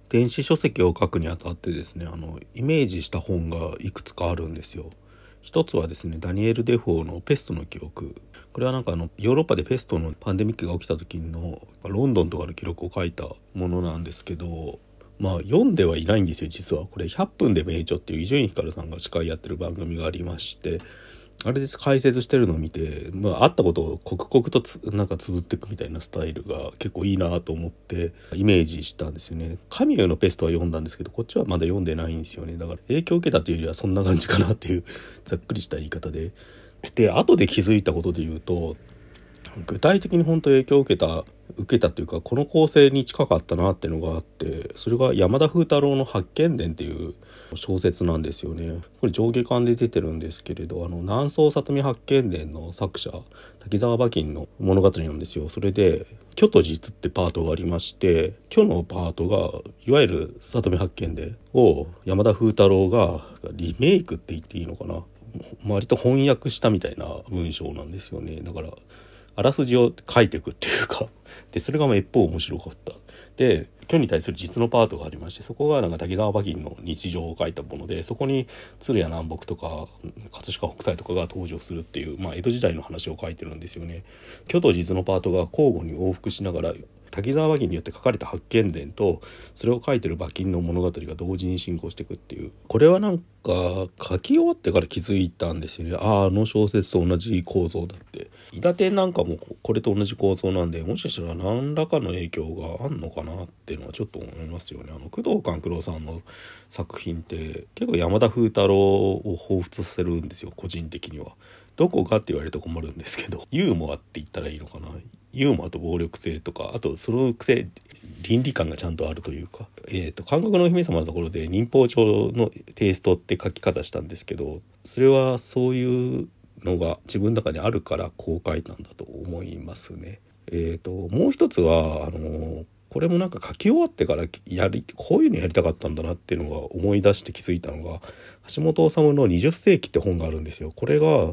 電子書籍を書くにあたってですね、イメージした本がいくつかあるんですよ。一つはですね、ダニエル・デフォーのペストの記録。これはヨーロッパでペストのパンデミックが起きた時のロンドンとかの記録を書いたものなんですけど、読んではいないんですよ。実はこれ100分で名著っていう伊集院光さんが司会やってる番組がありまして、あれで解説してるのを見て、あったことを刻々と綴っていくみたいなスタイルが結構いいなと思ってイメージしたんですよね。カミューのペストは読んだんですけど、こっちはまだ読んでないんですよね。だから影響を受けたというよりはそんな感じかなっていうざっくりした言い方で、後で気づいたことで言うと、具体的に本当影響を受けたというか、この構成に近かったなっていうのがあって、それが山田風太郎の八犬伝っていう小説なんですよね。これ上下巻で出てるんですけれど、南総里見八犬伝の作者滝沢馬琴の物語なんですよ。それで虚と実ってパートがありまして、虚のパートがいわゆる里見八犬伝を山田風太郎がリメイクって言っていいのかな、割と翻訳したみたいな文章なんですよね。だからあらすじを書いていくっていうか、でそれが一方面白かった。で虚に対する実のパートがありまして、そこが滝沢馬琴の日常を書いたもので、そこに鶴屋南北とか葛飾北斎とかが登場するっていう、江戸時代の話を書いてるんですよね。虚と実のパートが交互に往復しながら、滝沢馬琴によって書かれた八犬伝とそれを書いてる馬琴の物語が同時に進行していくっていう、これは書き終わってから気づいたんですよね。あの小説と同じ構造だって。伊達天なんかもこれと同じ構造なんで、もしかしたら何らかの影響があんのかなっていうのはちょっと思いますよね。宮藤官九郎さんの作品って結構山田風太郎を彷彿させるんですよ、個人的には。どこかって言われると困るんですけど、ユーモアって言ったらいいのかな。ユーモアと暴力性とか、あとそのくせ倫理観がちゃんとあるというか、韓国のお姫様のところで忍法帳のテイストって書き方したんですけど、それはそういうのが自分の中にあるからこう書いたんだと思いますね。もう一つはこれも書き終わってからこういうのやりたかったんだなっていうのが思い出して気づいたのが、橋本治の20世紀って本があるんですよ。これが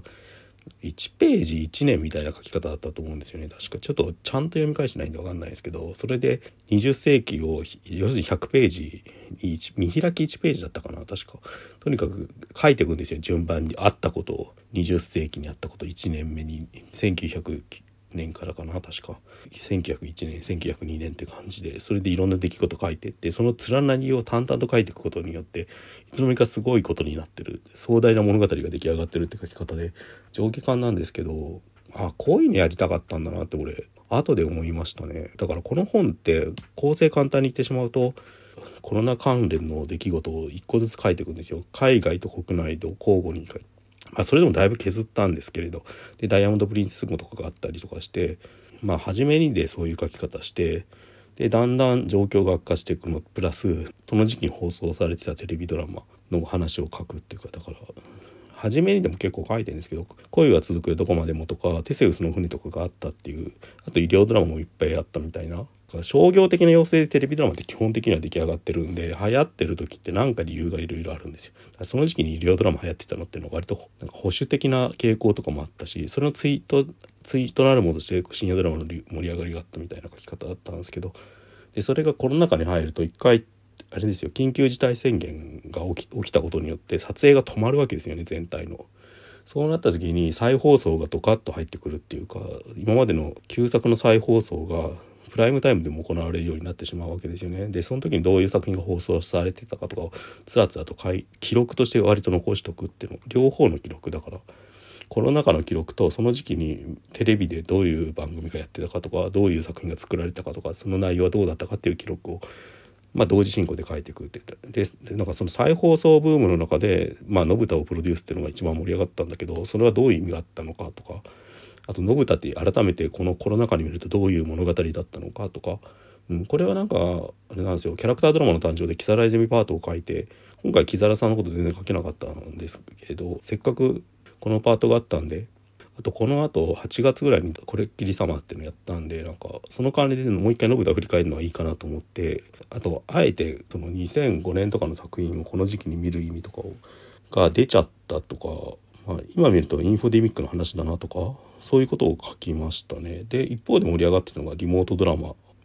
1ページ1年みたいな書き方だったと思うんですよね。確かちょっとちゃんと読み返してないんで分かんないですけど、それで20世紀を要するに100ページ見開き1ページだったかな、確か。とにかく書いていくんですよ、順番にあったことを。20世紀にあったこと、1年目に1900年からかな、確か1901年1902年って感じで、それでいろんな出来事書いてって、その連なりを淡々と書いていくことによって、いつの間にかすごいことになってる、壮大な物語が出来上がってるって書き方で、上下巻なんですけど、こういうのやりたかったんだなって俺後で思いましたね。だからこの本って構成簡単に言ってしまうと、コロナ関連の出来事を一個ずつ書いていくんですよ。海外と国内と交互に書いて、それでもだいぶ削ったんですけれど、でダイヤモンド・プリンセス号とかがあったりとかして、初めにでそういう書き方して、でだんだん状況が悪化していくのプラス、その時期に放送されてたテレビドラマの話を書くっていうか、だから初めにでも結構書いてるんですけど、恋は続くよどこまでもとかテセウスの船とかがあったっていう、あと医療ドラマもいっぱいあったみたいな。商業的な要請でテレビドラマって基本的には出来上がってるんで、流行ってる時って理由がいろいろあるんですよ。その時期に医療ドラマ流行ってたのっていうのは割と保守的な傾向とかもあったし、それのツイートなるものとして深夜ドラマの盛り上がりがあったみたいな書き方だったんですけど、でそれがコロナ禍に入ると一回あれですよ、緊急事態宣言が起きたことによって撮影が止まるわけですよね、全体の。そうなった時に再放送がドカッと入ってくるっていうか、今までの旧作の再放送がプライムタイムでも行われるようになってしまうわけですよね。でその時にどういう作品が放送されてたかとかをつらつらと記録として割と残しておくっていうの、両方の記録だから、コロナ禍の記録とその時期にテレビでどういう番組がやってたかとか、どういう作品が作られたかとか、その内容はどうだったかっていう記録を同時進行で書いていくって。でその再放送ブームの中で信太をプロデュースっていうのが一番盛り上がったんだけど、それはどういう意味があったのかとか、あと信太って改めてこのコロナ禍に見るとどういう物語だったのかとか、これはあれなんですよ、キャラクタードラマの誕生で木更泉パートを書いて、今回木更さんのこと全然書けなかったんですけど、せっかくこのパートがあったんで、あとこの後8月ぐらいにこれっきり様っていうのやったんで、その関連でもう一回信太を振り返るのはいいかなと思って、あとあえてその2005年とかの作品をこの時期に見る意味とかが出ちゃったとか、今見るとインフォデミックの話だなとか、そういうことを書きましたね。で一方で盛り上がってたのがリモートドラマ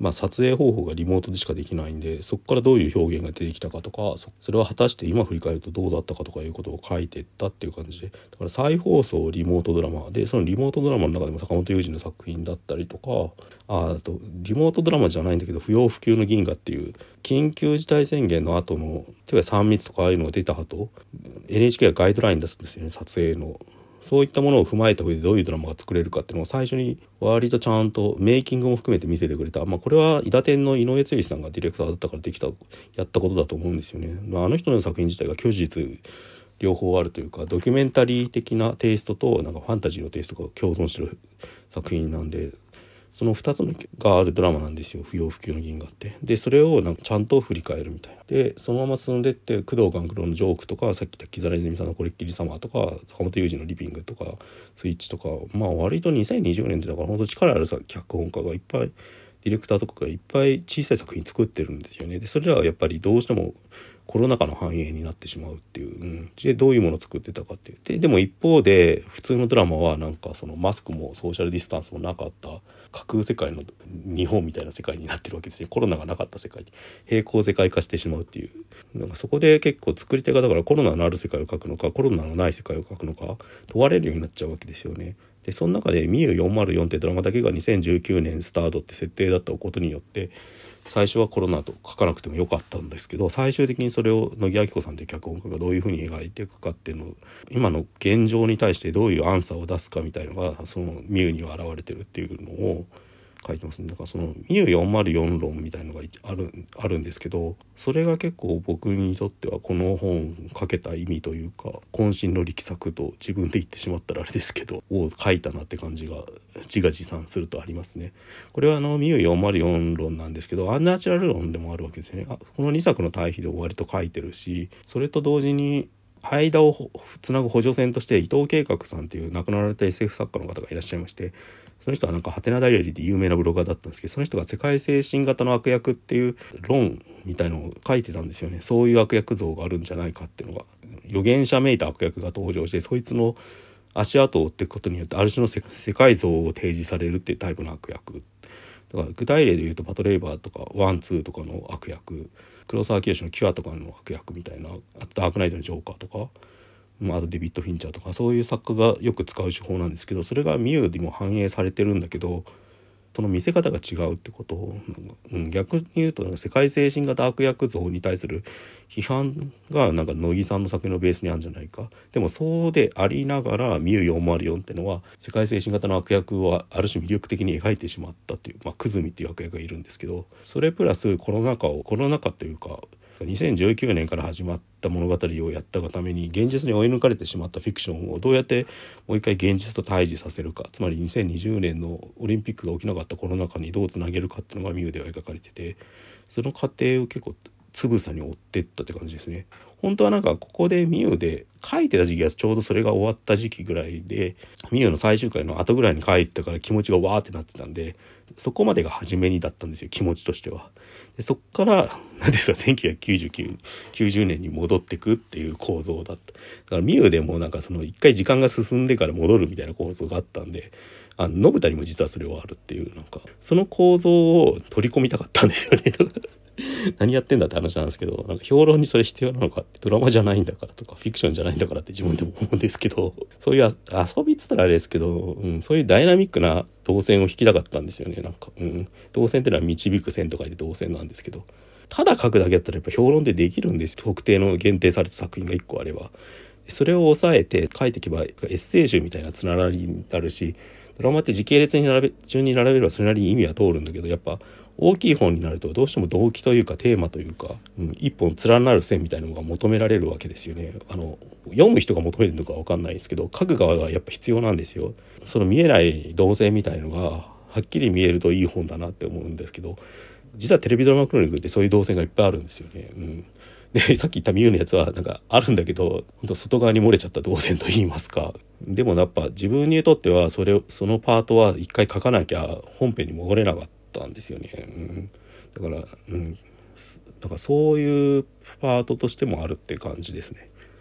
撮影方法がリモートでしかできないんで、そこからどういう表現が出てきたかとか、それは果たして今振り返るとどうだったかとかいうことを書いていったっていう感じで、だから再放送リモートドラマで、そのリモートドラマの中でも坂本雄二の作品だったりとか、あとリモートドラマじゃないんだけど不要不急の銀河っていう緊急事態宣言の後の、例えば3密とかああいうのが出た後 NHK がガイドライン出すんですよね、撮影の。そういったものを踏まえた上でどういうドラマが作れるかっていうのを最初に割とちゃんとメイキングも含めて見せてくれた。これは伊達天の井上剛さんがディレクターだったからやったことだと思うんですよね。あの人の作品自体が虚実両方あるというか、ドキュメンタリー的なテイストとなんかファンタジーのテイストが共存してる作品なんで、その2つがあるドラマなんですよ、不要不急の銀河って。でそれをなんかちゃんと振り返るみたいな。でそのまま進んでって工藤官九郎のジョークとか、さっき言った木更津泉さんのこれっきりサマーとか、坂本雄二のリビングとかスイッチとか、割と2020年ってだから本当力ある脚本家がいっぱい、ディレクターとかがいっぱい小さい作品作ってるんですよね。でそれらはやっぱりどうしてもコロナ禍の反映になってしまうっていう、でどういうものを作ってたかっていう。でも一方で普通のドラマはなんかそのマスクもソーシャルディスタンスもなかった架空世界の日本みたいな世界になってるわけですね。コロナがなかった世界に平行世界化してしまうっていう、なんかそこで結構作り手がだからコロナのある世界を描くのかコロナのない世界を描くのか問われるようになっちゃうわけですよね。でその中で「ミュー404」ってドラマだけが2019年スタートって設定だったことによって、最初はコロナと書かなくてもよかったんですけど、最終的にそれを乃木明子さんという脚本家がどういうふうに描いていくかっていうのを、今の現状に対してどういうアンサーを出すかみたいのがそのミューには現れてるっていうのを書いてますね。だからそのミュー404論みたいのがあるんですけど、それが結構僕にとってはこの本書けた意味というか、渾身の力作と自分で言ってしまったらあれですけどを書いたなって感じが自画自賛するとありますね。これはミュー404論なんですけど、アンナチュラル論でもあるわけですよね。この2作の対比で割と書いてるし、それと同時に間をつなぐ補助線として伊藤慶覚さんという亡くなられた SF 作家の方がいらっしゃいまして、その人はなんかハテナダイアリーで有名なブロガーだったんですけど、その人が世界精神型の悪役っていう論みたいのを書いてたんですよね。そういう悪役像があるんじゃないかっていうのが、預言者めいた悪役が登場して、そいつの足跡を追っていくことによってある種の世界像を提示されるっていうタイプの悪役だから、具体例で言うとパトレイバーとかワンツーとかの悪役、黒沢清のキュアとかの悪役みたいな、あとダークナイトのジョーカーとか、あとデビッド・フィンチャーとか、そういう作家がよく使う手法なんですけど、それがミューでも反映されてるんだけど、その見せ方が違うってことを、逆に言うと世界精神型悪役像に対する批判がなんか乃木さんの作品のベースにあるんじゃないか。でもそうでありながらミュー404ってのは世界精神型の悪役をある種魅力的に描いてしまったっていう、久住っていう悪役がいるんですけど、それプラスコロナ禍というか2019年から始まった物語をやったがために現実に追い抜かれてしまったフィクションをどうやってもう一回現実と対峙させるか、つまり2020年のオリンピックが起きなかったコロナ禍にどうつなげるかっていうのがミューでは描かれてて、その過程を結構つぶさに追ってったって感じですね。本当はなんかここでミューで書いてた時期はちょうどそれが終わった時期ぐらいで、ミューの最終回の後ぐらいに書いてたから気持ちがわーってなってたんで、そこまでが初めにだったんですよ、気持ちとしては。でそっから何ですか、1990年に戻ってくっていう構造だった。だからミューでもなんかその一回時間が進んでから戻るみたいな構造があったんで、信太にも実はそれはあるっていう、なんかその構造を取り込みたかったんですよね。何やってんだって話なんですけど、なんか評論にそれ必要なのかって、ドラマじゃないんだからとかフィクションじゃないんだからって自分でも思うんですけど、そういう遊びっつったらあれですけど、そういうダイナミックな動線を引きたかったんですよね。なんか、動線ってのは導く線とかで動線なんですけど、ただ書くだけだったらやっぱ評論でできるんです。特定の限定された作品が1個あれば、それを抑えて書いていけばエッセイ集みたいなつながりになるし、ドラマって時系列に順に並べればそれなりに意味は通るんだけど、やっぱ大きい本になるとどうしても動機というかテーマというか、一本連なる線みたいなのが求められるわけですよね。読む人が求めるのか分かんないですけど、書く側がやっぱ必要なんですよ。その見えない動線みたいのがはっきり見えるといい本だなって思うんですけど、実はテレビドラマクロニクルってそういう動線がいっぱいあるんですよね。でさっき言ったミューのやつはなんかあるんだけど、本当外側に漏れちゃった動線と言いますか。でもやっぱ自分にとってはそのパートは一回書かなきゃ本編に戻れなかったんですよね。だからそういうパートとしてもあるって感じですね。